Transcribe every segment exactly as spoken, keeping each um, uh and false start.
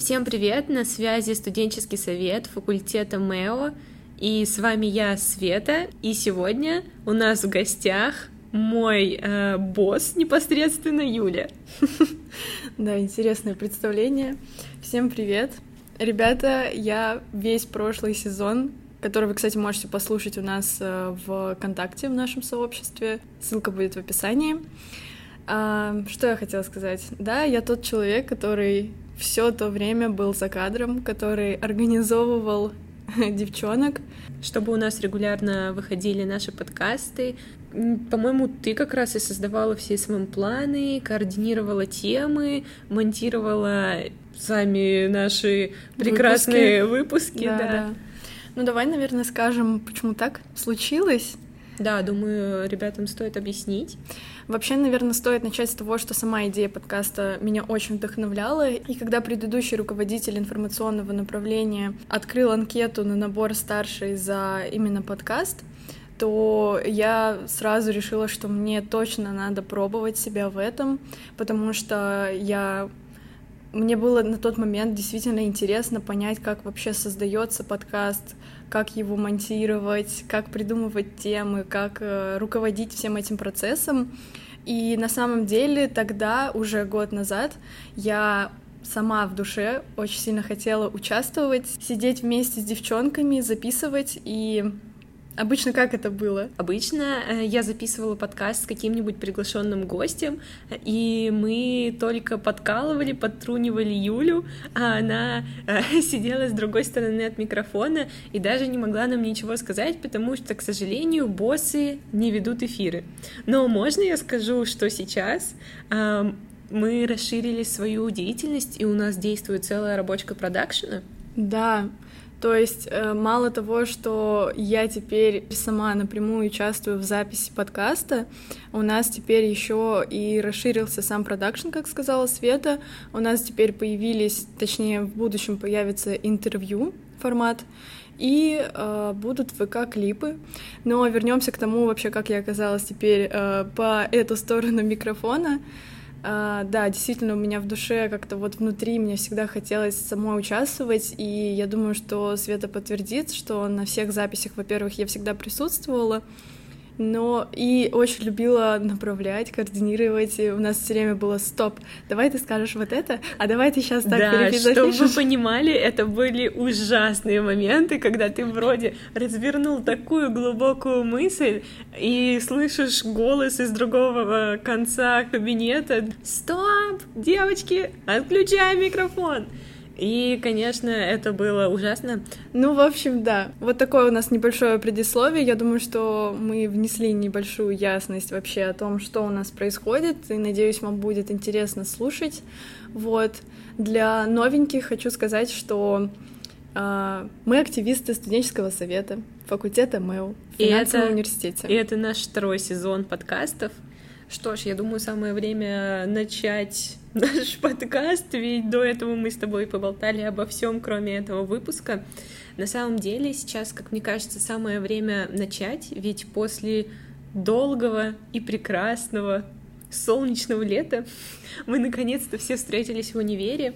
Всем привет, на связи студенческий совет факультета МЭО, и с вами я, Света, и сегодня у нас в гостях мой э, босс непосредственно Юля. Да, интересное представление. Всем привет. Ребята, я весь прошлый сезон, который вы, кстати, можете послушать у нас в ВКонтакте, в нашем сообществе, ссылка будет в описании. А, что я хотела сказать? Да, я тот человек, который все то время был за кадром, который организовывал девчонок. Чтобы у нас регулярно выходили наши подкасты. По-моему, ты как раз и создавала все эс эм эм-планы, координировала темы, монтировала сами наши прекрасные выпуски. выпуски да, да. Да. Ну, давай, наверное, скажем, почему так случилось. Да, думаю, ребятам стоит объяснить. Вообще, наверное, стоит начать с того, что сама идея подкаста меня очень вдохновляла. И когда предыдущий руководитель информационного направления открыл анкету на набор старшей за именно подкаст, то я сразу решила, что мне точно надо пробовать себя в этом, потому что я... Мне было на тот момент действительно интересно понять, как вообще создается подкаст, как его монтировать, как придумывать темы, как э, руководить всем этим процессом. И на самом деле тогда, уже год назад, я сама в душе очень сильно хотела участвовать, сидеть вместе с девчонками, записывать. И обычно как это было? Обычно я записывала подкаст с каким-нибудь приглашенным гостем, и мы только подкалывали, подтрунивали Юлю, а она сидела с другой стороны от микрофона и даже не могла нам ничего сказать, потому что, к сожалению, боссы не ведут эфиры. Но можно я скажу, что сейчас мы расширили свою деятельность, и у нас действует целая рабочка продакшена? Да. То есть мало того, что я теперь сама напрямую участвую в записи подкаста, у нас теперь еще и расширился сам продакшн, как сказала Света. У нас теперь появились, точнее, в будущем появится интервью формат, и э, будут ВК-клипы. Но вернемся к тому, вообще, как я оказалась теперь э, по эту сторону микрофона. Uh, да, действительно, у меня в душе как-то вот внутри мне всегда хотелось самой участвовать, и я думаю, что Света подтвердит, что на всех записях, во-первых, я всегда присутствовала, но и очень любила направлять, координировать, и у нас все время было «стоп, давай ты скажешь вот это, а давай ты сейчас так да, перепишешь». Чтобы вы понимали, это были ужасные моменты, когда ты вроде развернул такую глубокую мысль и слышишь голос из другого конца кабинета «Стоп, девочки, отключаем микрофон!» И, конечно, это было ужасно. Ну, в общем, да. Вот такое у нас небольшое предисловие. Я думаю, что мы внесли небольшую ясность вообще о том, что у нас происходит, и, надеюсь, вам будет интересно слушать. Вот. Для новеньких хочу сказать, что э, мы активисты студенческого совета факультета МЭО в финансовом это, университете. И это наш второй сезон подкастов. Что ж, я думаю, самое время начать наш подкаст, ведь до этого мы с тобой поболтали обо всем, кроме этого выпуска. На самом деле сейчас, как мне кажется, самое время начать, ведь после долгого и прекрасного солнечного лета мы наконец-то все встретились в универе,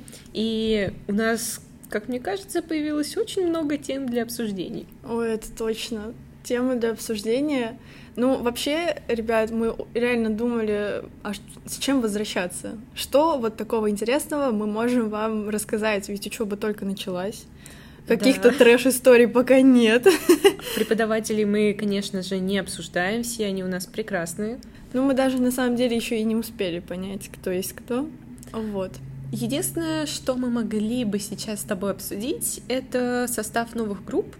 и у нас, как мне кажется, появилось очень много тем для обсуждений. Ой, это точно. Темы для обсуждения. Ну, вообще, ребят, мы реально думали, а с чем возвращаться? Что вот такого интересного мы можем вам рассказать? Ведь учеба только началась. Каких-то да. трэш-историй пока нет. Преподавателей мы, конечно же, не обсуждаем, все они у нас прекрасные. Ну, мы даже на самом деле еще и не успели понять, кто есть кто. Вот. Единственное, что мы могли бы сейчас с тобой обсудить, это состав новых групп,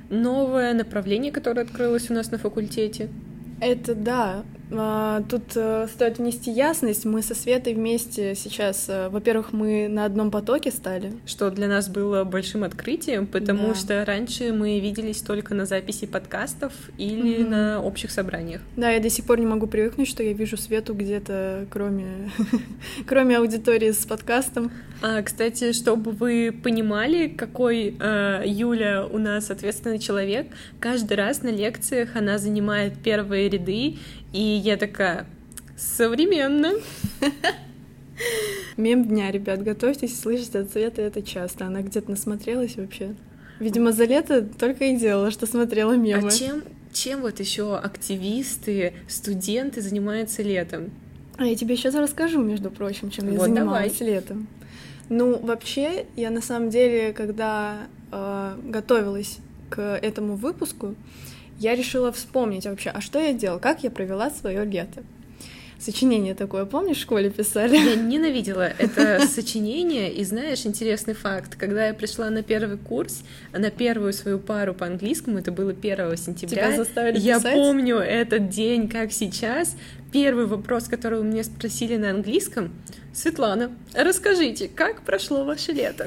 новое направление, которое открылось у нас на факультете. Это да. Тут стоит внести ясность. Мы со Светой вместе сейчас, во-первых, мы на одном потоке стали. Что для нас было большим открытием, потому да. что раньше мы виделись только на записи подкастов или mm-hmm. на общих собраниях. Да, я до сих пор не могу привыкнуть, что я вижу Свету где-то, кроме, кроме аудитории с подкастом. А, кстати, чтобы вы понимали, какой э, Юля у нас ответственный человек, каждый раз на лекциях она занимает первые ряды, и я такая, современно. Мем дня, ребят, готовьтесь слышать от Светы это часто. Она где-то насмотрелась вообще. Видимо, за лето только и делала, что смотрела мемы. А чем, чем вот еще активисты, студенты занимаются летом? А я тебе сейчас расскажу, между прочим, чем я вот занималась давай. летом. Ну, вообще, я на самом деле, когда э, готовилась к этому выпуску, я решила вспомнить вообще, а что я делала, как я провела свое лето. Сочинение такое, помнишь, в школе писали? Я ненавидела это сочинение, и знаешь, интересный факт, когда я пришла на первый курс, на первую свою пару по английскому, это было первого сентября, тебя заставили я писать? помню этот день, как сейчас. Первый вопрос, который у меня спросили на английском: Светлана, расскажите, как прошло ваше лето?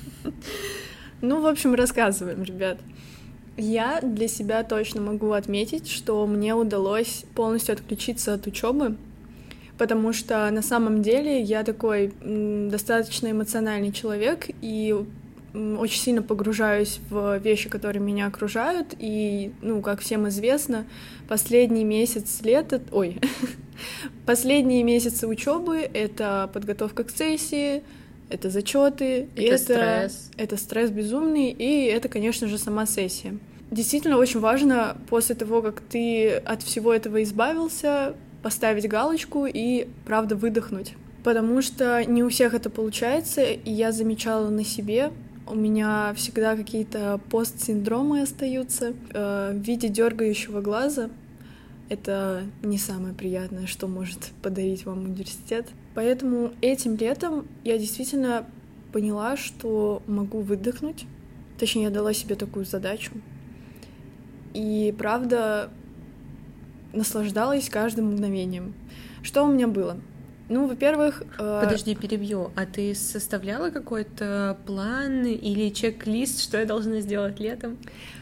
Ну, в общем, рассказываем, ребят. Я для себя точно могу отметить, что мне удалось полностью отключиться от учебы, потому что на самом деле я такой м, достаточно эмоциональный человек и м, очень сильно погружаюсь в вещи, которые меня окружают, и, ну, как всем известно, последний месяц лета, ой, последние месяцы учебы — это подготовка к сессии, это зачеты, это, это стресс. Это стресс безумный, и это, конечно же, сама сессия. Действительно очень важно после того, как ты от всего этого избавился, поставить галочку и, правда, выдохнуть. Потому что не у всех это получается, и я замечала на себе, у меня всегда какие-то постсиндромы остаются э, в виде дергающего глаза. Это не самое приятное, что может подарить вам университет. Поэтому этим летом я действительно поняла, что могу выдохнуть. Точнее, я дала себе такую задачу. И, правда, наслаждалась каждым мгновением. Что у меня было? Ну, во-первых... Подожди, перебью. А ты составляла какой-то план или чек-лист, что я должна сделать летом?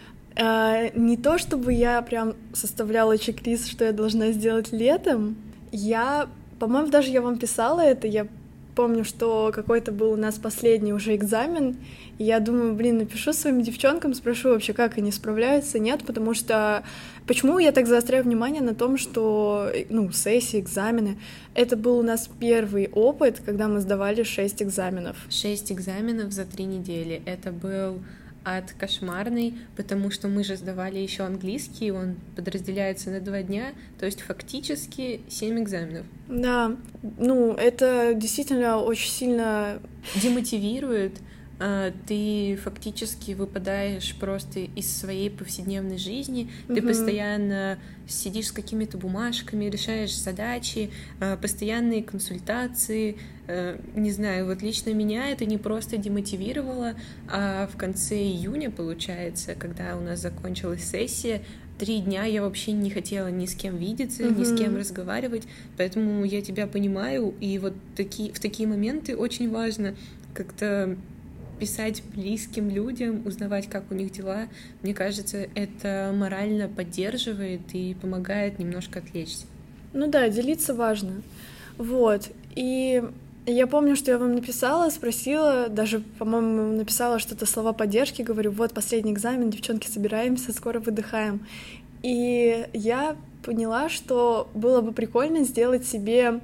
Не то чтобы я прям составляла чек-лист, что я должна сделать летом. Я, по-моему, даже я вам писала это. Я помню, что какой-то был у нас последний уже экзамен, и я думаю, блин, напишу своим девчонкам, спрошу вообще, как они справляются, нет, потому что... Почему я так заостряю внимание на том, что, ну, сессии, экзамены, это был у нас первый опыт, когда мы сдавали шесть экзаменов. Шесть экзаменов за три недели. Это был ад кошмарный, потому что мы же сдавали еще английский, он подразделяется на два дня, то есть фактически семь экзаменов. Да, ну, это действительно очень сильно... демотивирует, ты фактически выпадаешь просто из своей повседневной жизни, ты Мгм. постоянно сидишь с какими-то бумажками, решаешь задачи, постоянные консультации, не знаю, вот лично меня это не просто демотивировало, а в конце июня, получается, когда у нас закончилась сессия, три дня я вообще не хотела ни с кем видеться, Мгм. ни с кем разговаривать, поэтому я тебя понимаю, и вот такие, в такие моменты очень важно как-то писать близким людям, узнавать, как у них дела. Мне кажется, это морально поддерживает и помогает немножко отвлечься. Ну да, делиться важно. Вот. И я помню, что я вам написала, спросила, даже, по-моему, написала что-то, слова поддержки, говорю, вот последний экзамен, девчонки, собираемся, скоро выдыхаем. И я поняла, что было бы прикольно сделать себе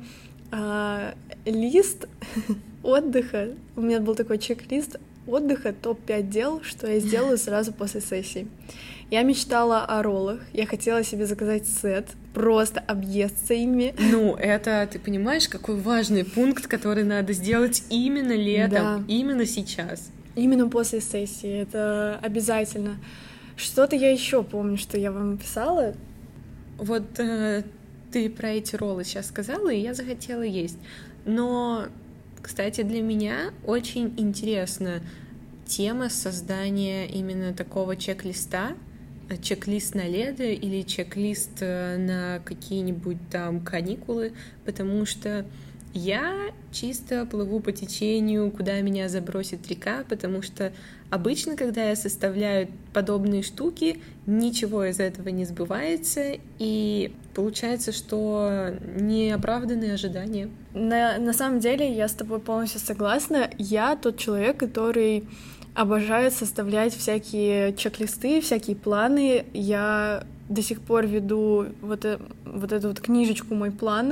э, лист отдыха. У меня был такой чек-лист отдыха, топ пять дел, что я сделаю сразу после сессии. Я мечтала о роллах, я хотела себе заказать сет, просто объесться ими. Ну, это, ты понимаешь, какой важный пункт, который надо сделать именно летом, Да. именно сейчас. Именно после сессии, это обязательно. Что-то я еще помню, что я вам писала. Вот э, ты про эти роллы сейчас сказала, и я захотела есть. Но, кстати, для меня очень интересна тема создания именно такого чек-листа, чек-лист на лето или чек-лист на какие-нибудь там каникулы, потому что я чисто плыву по течению, куда меня забросит река, потому что обычно, когда я составляю подобные штуки, ничего из этого не сбывается, и получается, что неоправданные ожидания. На, на самом деле, я с тобой полностью согласна. Я тот человек, который обожает составлять всякие чек-листы, всякие планы. Я до сих пор веду вот, э, вот эту вот книжечку «Мой планер».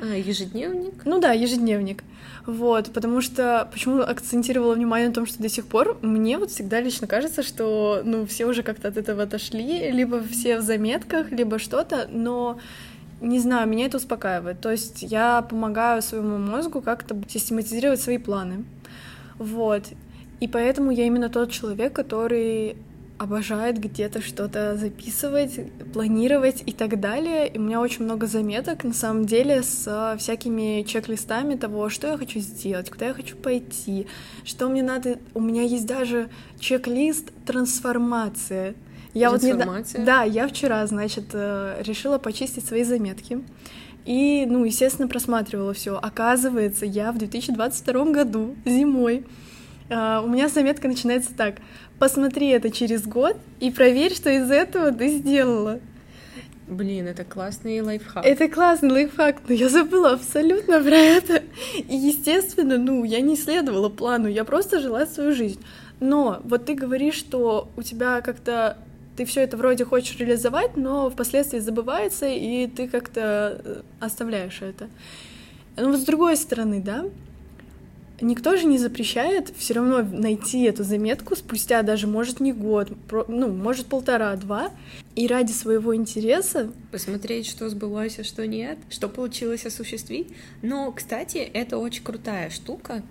А, ежедневник? Ну да, ежедневник. Вот, потому что почему акцентировала внимание на том, что до сих пор мне вот всегда лично кажется, что, ну, все уже как-то от этого отошли, либо все в заметках, либо что-то, но не знаю, меня это успокаивает. То есть я помогаю своему мозгу как-то систематизировать свои планы. Вот. И поэтому я именно тот человек, который обожает где-то что-то записывать, планировать и так далее. И у меня очень много заметок, на самом деле, с всякими чек-листами того, что я хочу сделать, куда я хочу пойти, что мне надо... У меня есть даже чек-лист «Трансформация». Я вот не... Да, я вчера, значит, решила почистить свои заметки. И, ну, естественно, просматривала все. Оказывается, я в две тысячи двадцать втором году, зимой, Uh, у меня заметка начинается так: посмотри это через год и проверь, что из этого ты сделала. Блин, это классный лайфхак. Это классный лайфхак, но я забыла абсолютно про это. И, естественно, ну, я не следовала плану, я просто жила свою жизнь. Но вот ты говоришь, что у тебя как-то... Ты все это вроде хочешь реализовать, но впоследствии забывается, и ты как-то оставляешь это. Но вот с другой стороны, да, никто же не запрещает все равно найти эту заметку спустя даже, может, не год, ну, может, полтора-два, и ради своего интереса посмотреть, что сбылось, а что нет, что получилось осуществить. Но, кстати, это очень крутая штука,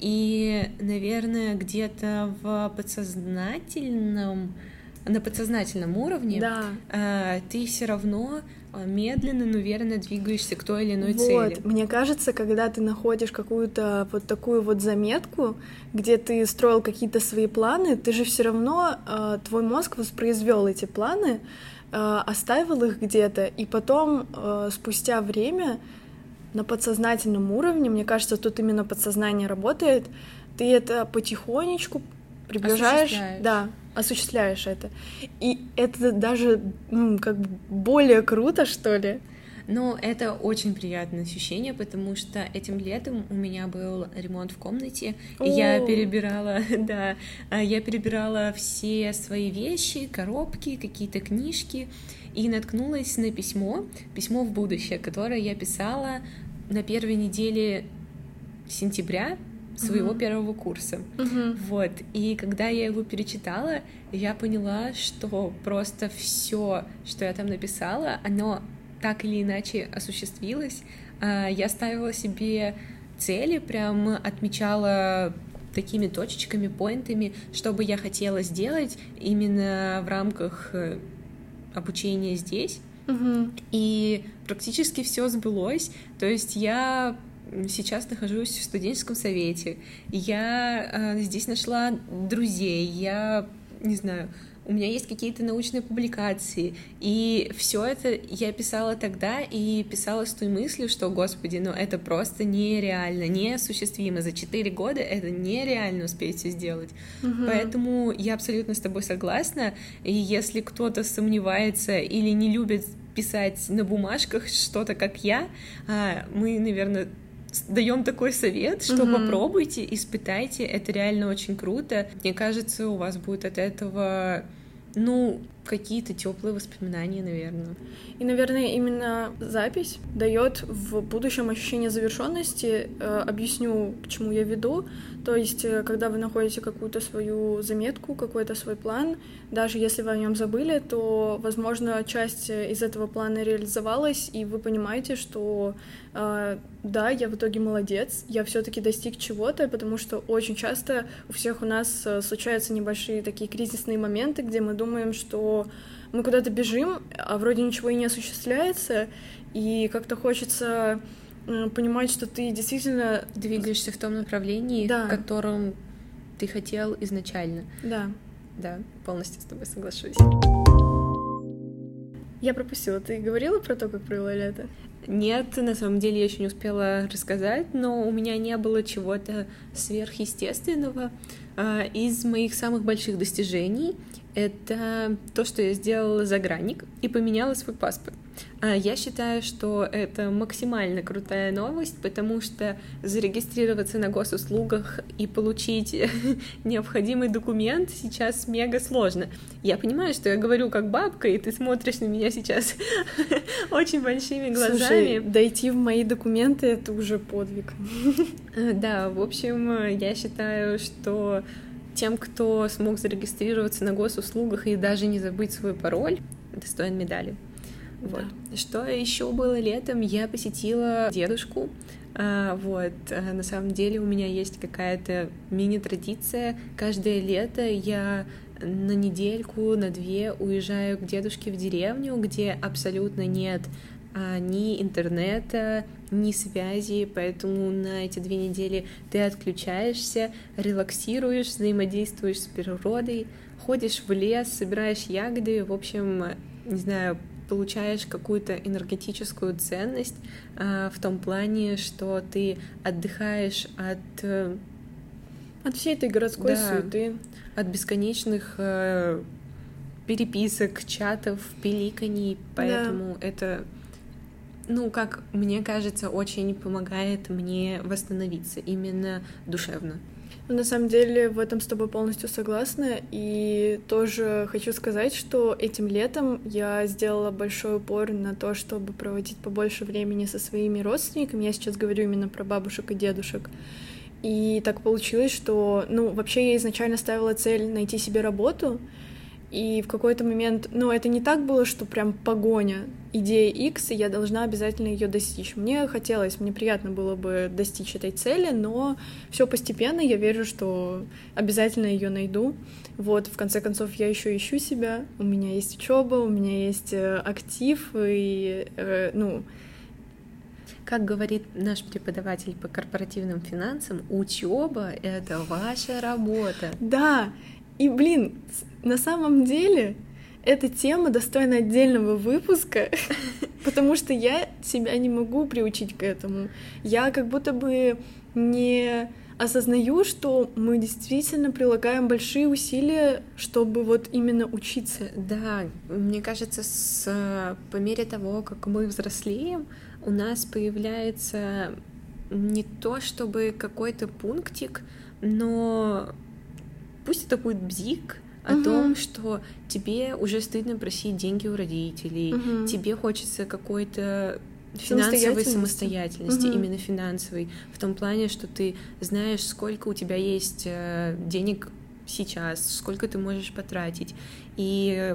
и, наверное, где-то в подсознательном, на подсознательном уровне да. э, ты все равно медленно, но уверенно двигаешься к той или иной вот. цели. Мне кажется, когда ты находишь какую-то вот такую вот заметку, где ты строил какие-то свои планы, ты же все равно, э, твой мозг воспроизвел эти планы, э, оставил их где-то, и потом, э, спустя время, на подсознательном уровне, мне кажется, тут именно подсознание работает, ты это потихонечку приближаешь, да, осуществляешь это. И это даже, ну, как бы более круто, что ли. Ну, это очень приятное ощущение, потому что этим летом у меня был ремонт в комнате, и я перебирала, да, я перебирала все свои вещи, коробки, какие-то книжки, и наткнулась на письмо, письмо в будущее, которое я писала на первой неделе сентября своего uh-huh. первого курса. Uh-huh. Вот. И когда я его перечитала, я поняла, что просто все, что я там написала, оно так или иначе осуществилось. Я ставила себе цели, прям отмечала такими точечками, поинтами, что бы я хотела сделать именно в рамках обучения здесь. Uh-huh. И практически все сбылось. То есть я сейчас нахожусь в студенческом совете, я э, здесь нашла друзей, я, не знаю, у меня есть какие-то научные публикации, и все это я писала тогда и писала с той мыслью, что, господи, ну это просто нереально, неосуществимо, за четыре года это нереально успеть все сделать, угу. Поэтому я абсолютно с тобой согласна, и если кто-то сомневается или не любит писать на бумажках что-то, как я, мы, наверное, даем такой совет, что mm-hmm. попробуйте, испытайте, это реально очень круто. Мне кажется, у вас будет от этого, ну, какие-то теплые воспоминания, наверное. И, наверное, именно запись дает в будущем ощущение завершенности. Объясню, к чему я веду. То есть, когда вы находите какую-то свою заметку, какой-то свой план, даже если вы о нем забыли, то, возможно, часть из этого плана реализовалась, и вы понимаете, что да, я в итоге молодец, я все-таки достиг чего-то, потому что очень часто у всех у нас случаются небольшие такие кризисные моменты, где мы думаем, что мы куда-то бежим, а вроде ничего и не осуществляется, и как-то хочется понимать, что ты действительно двигаешься в том направлении, да. в котором ты хотел изначально. Да. Да, полностью с тобой соглашусь. Я пропустила. Ты говорила про то, как провела лето? Нет, на самом деле я еще не успела рассказать, но у меня не было чего-то сверхъестественного. Из моих самых больших достижений это то, что я сделала загранник и поменяла свой паспорт. Я считаю, что это максимально крутая новость, потому что зарегистрироваться на госуслугах и получить необходимый документ сейчас мега сложно. Я понимаю, что я говорю как бабка, и ты смотришь на меня сейчас очень большими глазами. Слушай, дойти в мои документы — это уже подвиг. Да, в общем, я считаю, что тем, кто смог зарегистрироваться на госуслугах и даже не забыть свой пароль, достоин медали. Вот. Да. Что еще было летом? Я посетила дедушку. А, вот. А, на самом деле у меня есть какая-то мини-традиция. Каждое лето я на недельку, на две уезжаю к дедушке в деревню, где абсолютно нет а, ни интернета, ни связи, поэтому на эти две недели ты отключаешься, релаксируешь, взаимодействуешь с природой, ходишь в лес, собираешь ягоды, в общем, не знаю, получаешь какую-то энергетическую ценность а, в том плане, что ты отдыхаешь от... От всей этой городской да, суеты. От бесконечных э, переписок, чатов, пиликаний, поэтому да. это, ну, как мне кажется, очень помогает мне восстановиться именно душевно. На самом деле в этом с тобой полностью согласна, и тоже хочу сказать, что этим летом я сделала большой упор на то, чтобы проводить побольше времени со своими родственниками. Я сейчас говорю именно про бабушек и дедушек. И так получилось, что, ну, вообще я изначально ставила цель найти себе работу, и в какой-то момент, ну, это не так было, что прям погоня, идея X, и я должна обязательно ее достичь. Мне хотелось, мне приятно было бы достичь этой цели, но все постепенно, я верю, что обязательно ее найду. Вот, в конце концов, я еще ищу себя, у меня есть учеба, у меня есть актив, и, э, ну... Как говорит наш преподаватель по корпоративным финансам, учеба — это ваша работа. Да, и, блин, на самом деле эта тема достойна отдельного выпуска, потому что я себя не могу приучить к этому. Я как будто бы не осознаю, что мы действительно прилагаем большие усилия, чтобы вот именно учиться. Да, мне кажется, с, по мере того, как мы взрослеем, у нас появляется не то чтобы какой-то пунктик, но пусть это будет бзик о uh-huh. том, что тебе уже стыдно просить деньги у родителей, uh-huh. тебе хочется какой-то финансовой самостоятельности, uh-huh. именно финансовой, в том плане, что ты знаешь, сколько у тебя есть денег сейчас, сколько ты можешь потратить. И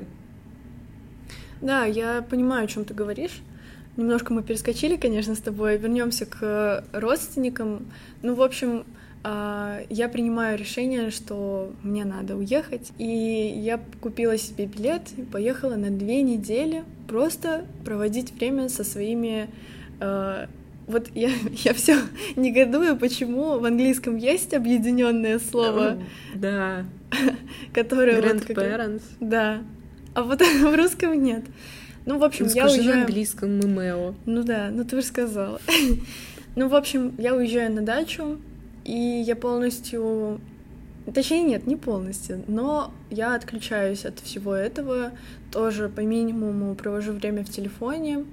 да, я понимаю, о чем ты говоришь. Немножко мы перескочили, конечно, с тобой. Вернемся к родственникам. Ну, в общем, я принимаю решение, что мне надо уехать, и я купила себе билет и поехала на две недели просто проводить время со своими... Вот я, я все негодую, почему в английском есть объединенное слово, да, которое grandparents, вот, да, а вот в русском нет. Ну, в общем, ну, я уезжаю... на английском мэмэо. Ну да, ну ты же сказала. Ну, в общем, я уезжаю на дачу, и я полностью... Точнее, нет, не полностью, но я отключаюсь от всего этого, тоже по минимуму провожу время в телефоне,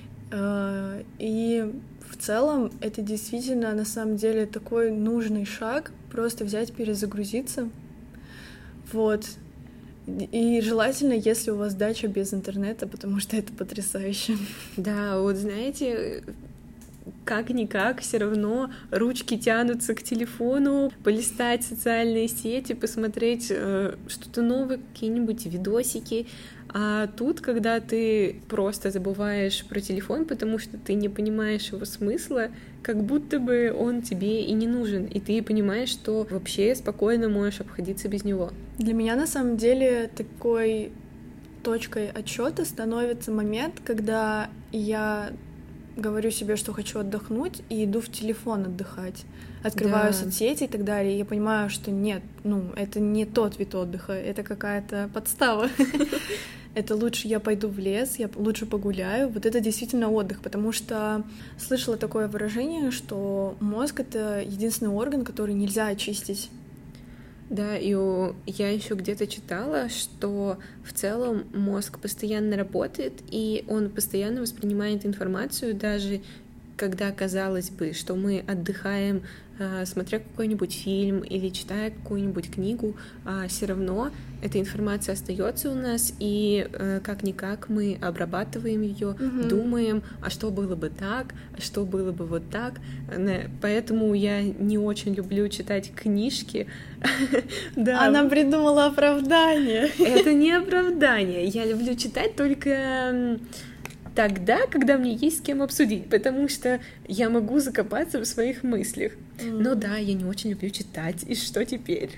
и в целом это действительно на самом деле такой нужный шаг, просто взять, перезагрузиться, вот. И желательно, если у вас дача без интернета, потому что это потрясающе. Да, вот знаете, как-никак все равно ручки тянутся к телефону, полистать социальные сети, посмотреть э, что-то новое, какие-нибудь видосики. А тут, когда ты просто забываешь про телефон, потому что ты не понимаешь его смысла, как будто бы он тебе и не нужен, и ты понимаешь, что вообще спокойно можешь обходиться без него. Для меня на самом деле такой точкой отсчета становится момент, когда я говорю себе, что хочу отдохнуть, и иду в телефон отдыхать. Открываю да. соцсети и так далее, и я понимаю, что нет, ну, это не тот вид отдыха, это какая-то подстава. Это лучше я пойду в лес, я лучше погуляю. Вот это действительно отдых, потому что слышала такое выражение, что мозг — это единственный орган, который нельзя очистить. Да, и у... я еще где-то читала, что в целом мозг постоянно работает, и он постоянно воспринимает информацию, даже когда казалось бы, что мы отдыхаем, смотря какой-нибудь фильм или читая какую-нибудь книгу, все равно эта информация остается у нас, и как-никак мы обрабатываем ее, mm-hmm. думаем, а что было бы так, а что было бы вот так. Поэтому я не очень люблю читать книжки. Да. Она придумала оправдание. Это не оправдание. Я люблю читать только тогда, когда мне есть с кем обсудить, потому что я могу закопаться в своих мыслях. Mm. Но да, я не очень люблю читать. И что теперь?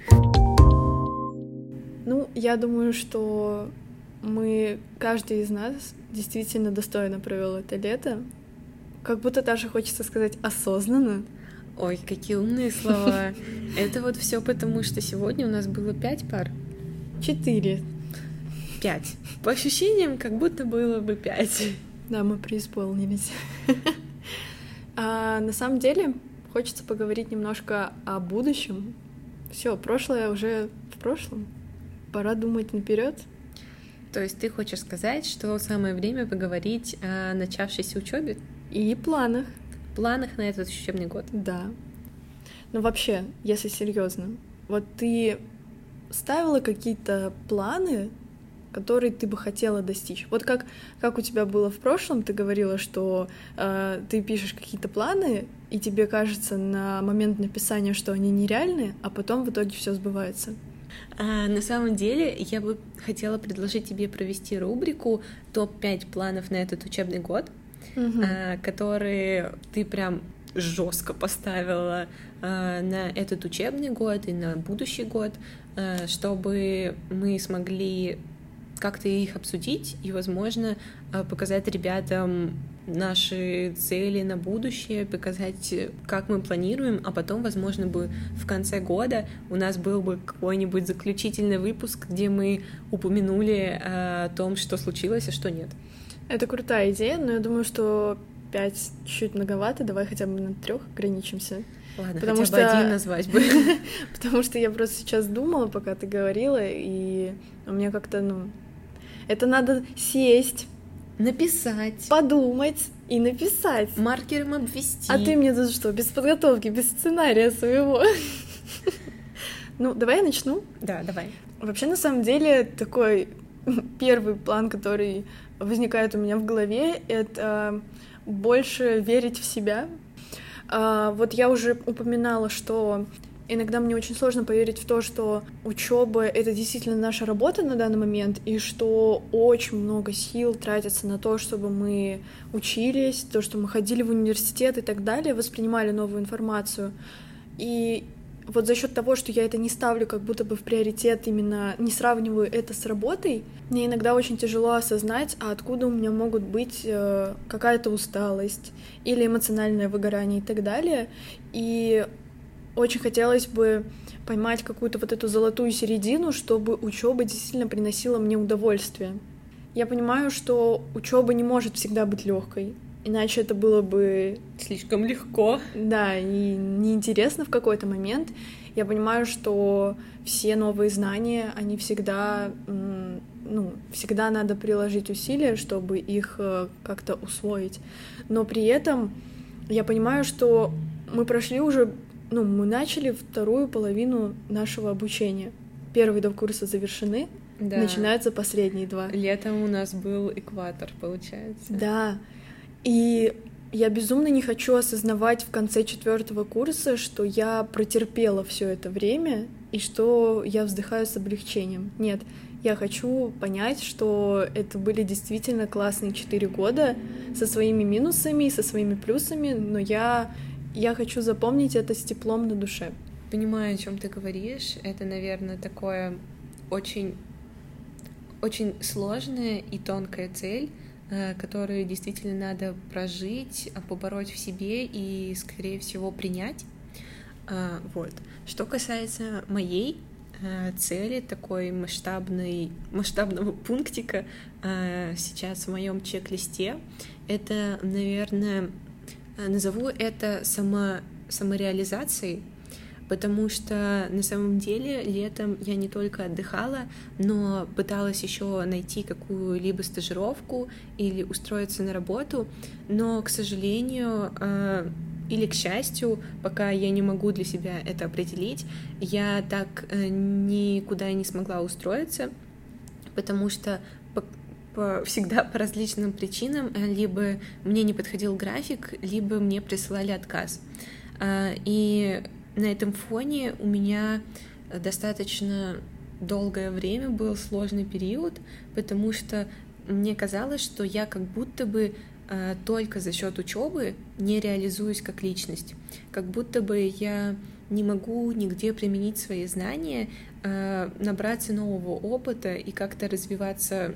Ну, я думаю, что мы, каждый из нас действительно достойно провел это лето. Как будто даже хочется сказать осознанно. Ой, какие умные слова. Это вот все потому, что сегодня у нас было пять пар. Четыре. Пять. По ощущениям, как будто было бы пять. Да, мы преисполнились. А на самом деле, хочется поговорить немножко о будущем. Все, прошлое уже в прошлом. Пора думать наперед. То есть ты хочешь сказать, что самое время поговорить о начавшейся учебе? И планах. Планах на этот учебный год? Да. Но вообще, если серьезно, вот ты ставила какие-то планы, которые ты бы хотела достичь? Вот как, как у тебя было в прошлом, ты говорила, что э, ты пишешь какие-то планы, и тебе кажется на момент написания, что они нереальны, а потом в итоге все сбывается. А, на самом деле, я бы хотела предложить тебе провести рубрику топ пять планов на этот учебный год, угу. а, которые ты прям жестко поставила а, на этот учебный год и на будущий год, а, чтобы мы смогли как-то их обсудить и, возможно, показать ребятам наши цели на будущее, показать, как мы планируем, а потом, возможно, бы в конце года у нас был бы какой-нибудь заключительный выпуск, где мы упомянули о том, что случилось, а что нет. Это крутая идея, но я думаю, что пять чуть многовато, давай хотя бы на трех ограничимся. Ладно, потому хотя что... бы один назвать бы. Потому что я просто сейчас думала, пока ты говорила, и у меня как-то, ну... Это надо сесть, написать, подумать и написать. Маркером обвести. А ты мне тут что, без подготовки, без сценария своего? Ну, давай я начну? Да, давай. Вообще, на самом деле, такой первый план, который возникает у меня в голове, это больше верить в себя. Вот я уже упоминала, что иногда мне очень сложно поверить в то, что учеба — это действительно наша работа на данный момент, и что очень много сил тратится на то, чтобы мы учились, то, что мы ходили в университет и так далее, воспринимали новую информацию. И вот за счет того, что я это не ставлю как будто бы в приоритет, именно не сравниваю это с работой, мне иногда очень тяжело осознать, а откуда у меня могут быть э, какая-то усталость или эмоциональное выгорание и так далее. И очень хотелось бы поймать какую-то вот эту золотую середину, чтобы учеба действительно приносила мне удовольствие. Я понимаю, что учеба не может всегда быть легкой, иначе это было бы слишком легко. Да, и неинтересно в какой-то момент. Я понимаю, что все новые знания, они всегда, ну, всегда надо приложить усилия, чтобы их как-то усвоить. Но при этом я понимаю, что мы прошли уже Ну, мы начали вторую половину нашего обучения. Первые два курса завершены, да. Начинаются последние два. Летом у нас был экватор, получается. Да, и я безумно не хочу осознавать в конце четвертого курса, что я протерпела все это время и что я вздыхаю с облегчением. Нет, я хочу понять, что это были действительно классные четыре года со своими минусами, со своими плюсами, но я... Я хочу запомнить это с теплом на душе. Понимаю, о чем ты говоришь. Это, наверное, такое очень, очень сложная и тонкая цель, которую действительно надо прожить, побороть в себе и, скорее всего, принять. Вот. Что касается моей цели, такой масштабной, масштабного пунктика сейчас в моем чек-листе, это, наверное, назову это само, самореализацией, потому что на самом деле летом я не только отдыхала, но пыталась еще найти какую-либо стажировку или устроиться на работу, но, к сожалению, или к счастью, пока я не могу для себя это определить, я так никуда не смогла устроиться, потому что по, по, всегда по различным причинам либо мне не подходил график, либо мне присылали отказ. И на этом фоне у меня достаточно долгое время был сложный период, потому что мне казалось, что я как будто бы только за счет учебы не реализуюсь как личность, как будто бы я не могу нигде применить свои знания, набраться нового опыта и как-то развиваться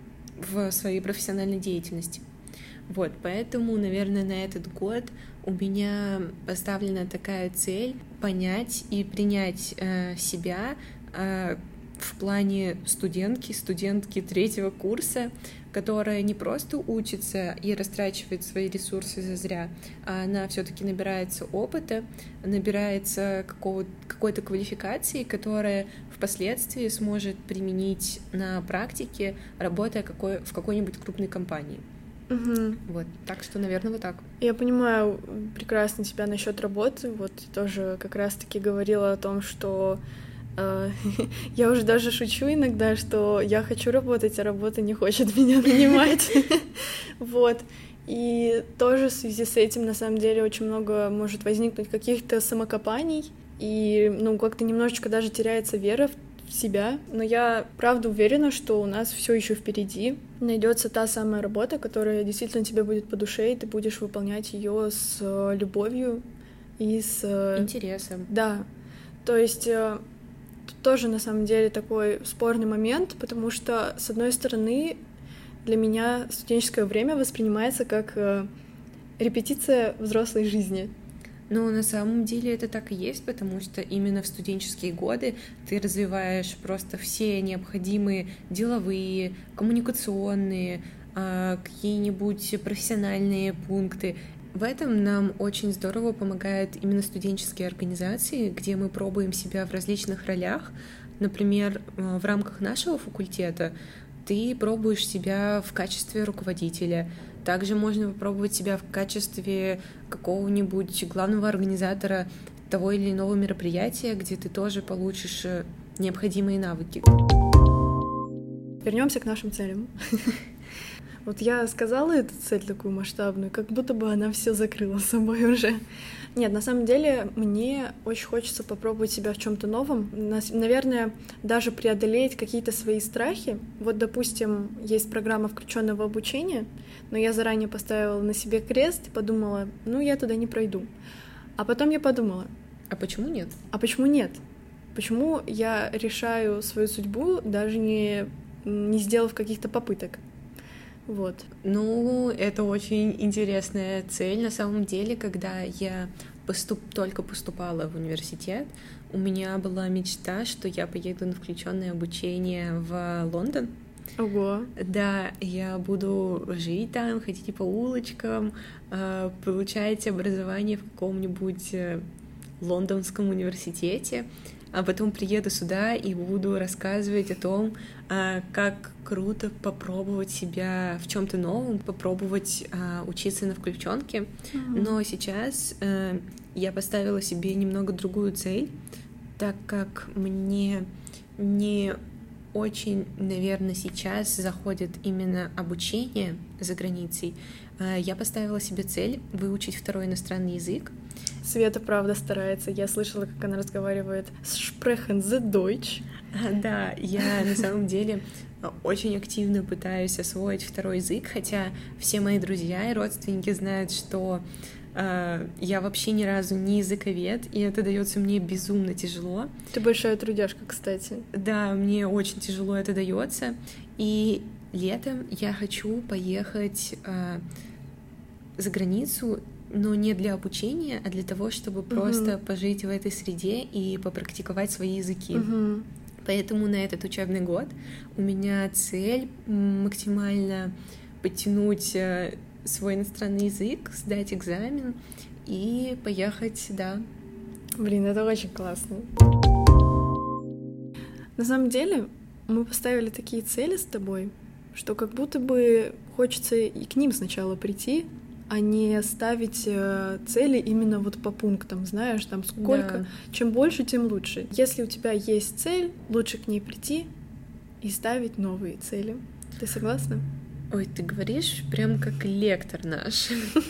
в своей профессиональной деятельности. Вот, поэтому, наверное, на этот год у меня поставлена такая цель понять и принять э, себя э, в плане студентки, студентки третьего курса, которая не просто учится и растрачивает свои ресурсы зазря, а она все-таки набирается опыта, набирается какой-то квалификации, которая впоследствии сможет применить на практике, работая какой, в какой-нибудь крупной компании. Угу. Вот, так что, наверное, вот так. Я понимаю прекрасно тебя насчет работы. Вот тоже как раз-таки говорила о том, что э, я уже даже шучу иногда, что я хочу работать, а работа не хочет меня нанимать. Вот. И тоже в связи с этим, на самом деле, очень много может возникнуть каких-то самокопаний, и, ну, как-то немножечко даже теряется вера в себя, но я правда уверена, что у нас все еще впереди. Найдется та самая работа, которая действительно тебе будет по душе, и ты будешь выполнять ее с любовью и с интересом. Да. То есть тут тоже на самом деле такой спорный момент, потому что, с одной стороны, для меня студенческое время воспринимается как репетиция взрослой жизни. Но на самом деле это так и есть, потому что именно в студенческие годы ты развиваешь просто все необходимые деловые, коммуникационные, какие-нибудь профессиональные пункты. В этом нам очень здорово помогают именно студенческие организации, где мы пробуем себя в различных ролях. Например, в рамках нашего факультета ты пробуешь себя в качестве руководителя. Также можно попробовать себя в качестве какого-нибудь главного организатора того или иного мероприятия, где ты тоже получишь необходимые навыки. Вернемся к нашим целям. Вот я сказала эту цель такую масштабную, как будто бы она все закрыла собой уже. Нет, на самом деле мне очень хочется попробовать себя в чем-то новом. Наверное, даже преодолеть какие-то свои страхи. Вот, допустим, есть программа включенного обучения, но я заранее поставила на себе крест и подумала, ну, я туда не пройду. А потом я подумала, а почему нет? А почему нет? Почему я решаю свою судьбу, даже не, не сделав каких-то попыток? Вот. Ну, это очень интересная цель. На самом деле, когда я поступ... только поступала в университет, у меня была мечта, что я поеду на включенное обучение в Лондон. Ого. Да, я буду жить там, ходить по улочкам, получать образование в каком-нибудь лондонском университете, а потом приеду сюда и буду рассказывать о том, как круто попробовать себя в чем-то новом, попробовать учиться на включенке. Mm-hmm. Но сейчас я поставила себе немного другую цель, так как мне не очень, наверное, сейчас заходит именно обучение за границей. Я поставила себе цель выучить второй иностранный язык. Света, правда, старается. Я слышала, как она разговаривает «Sprechen Sie Deutsch». Да, я на самом деле очень активно пытаюсь освоить второй язык, хотя все мои друзья и родственники знают, что э, я вообще ни разу не языковед, и это дается мне безумно тяжело. Ты большая трудяшка, кстати. Да, мне очень тяжело это дается, и летом я хочу поехать э, за границу, но не для обучения, а для того, чтобы uh-huh. просто пожить в этой среде и попрактиковать свои языки. Uh-huh. Поэтому на этот учебный год у меня цель максимально подтянуть свой иностранный язык, сдать экзамен и поехать, да. Блин, это очень классно. На самом деле, мы поставили такие цели с тобой, что как будто бы хочется и к ним сначала прийти, а не ставить э, цели именно вот по пунктам, знаешь, там сколько, да. Чем больше, тем лучше. Если у тебя есть цель, лучше к ней прийти и ставить новые цели. Ты согласна? Ой, ты говоришь прям как лектор наш.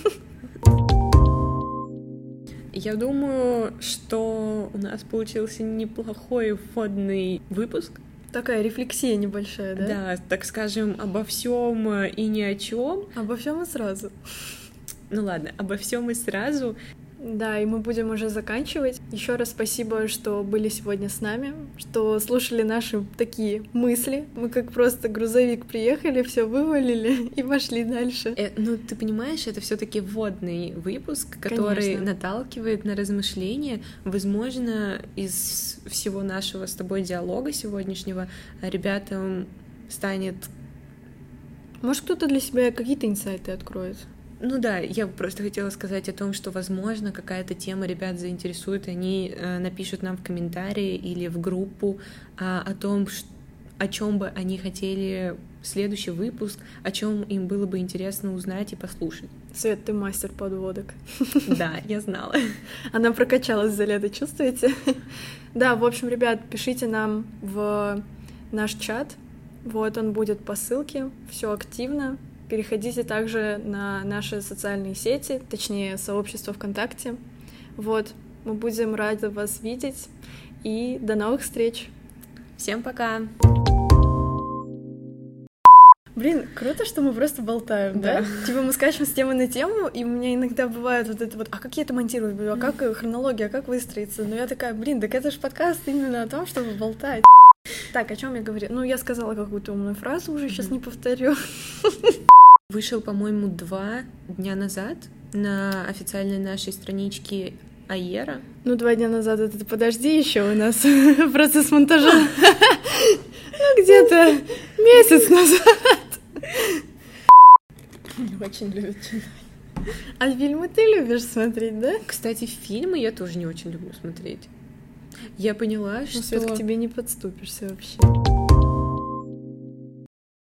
Я думаю, что у нас получился неплохой вводный выпуск. Такая рефлексия небольшая, да? Да, так скажем, обо всем и ни о чем. Обо всем и сразу. Ну ладно, обо всем и сразу. Да, и мы будем уже заканчивать. Еще раз спасибо, что были сегодня с нами, что слушали наши такие мысли. Мы как просто грузовик приехали, все вывалили и пошли дальше. Э, ну, ты понимаешь, это все-таки вводный выпуск, который Конечно. наталкивает на размышления. Возможно, из всего нашего с тобой диалога сегодняшнего ребятам станет... Может, кто-то для себя какие-то инсайты откроет? Ну да, я просто хотела сказать о том, что, возможно, какая-то тема ребят заинтересует, и они э, напишут нам в комментарии или в группу э, о том, ш- о чем бы они хотели следующий выпуск, о чем им было бы интересно узнать и послушать. Свет, ты мастер подводок. Да, я знала. Она прокачалась за лето, чувствуете? Да, в общем, ребят, пишите нам в наш чат. Вот он будет по ссылке, все активно. Переходите также на наши социальные сети, точнее, сообщество ВКонтакте. Вот, мы будем рады вас видеть, и до новых встреч! Всем пока! Блин, круто, что мы просто болтаем, да? да? Типа мы скачем с темы на тему, и у меня иногда бывает вот это вот, а как я это монтирую, а как хронология, а как выстроиться? Но я такая, блин, так это же подкаст именно о том, чтобы болтать. Так, о чем я говорю? Ну, я сказала какую-то умную фразу, уже сейчас не повторю. Вышел, по-моему, два дня назад на официальной нашей страничке Аера. Ну, два дня назад это подожди еще у нас процесс монтажа. Ну, где-то месяц назад. Очень любят читать. А фильмы ты любишь смотреть, да? Кстати, фильмы я тоже не очень люблю смотреть. Я поняла, что... Ну, Свет, к тебе не подступишься вообще.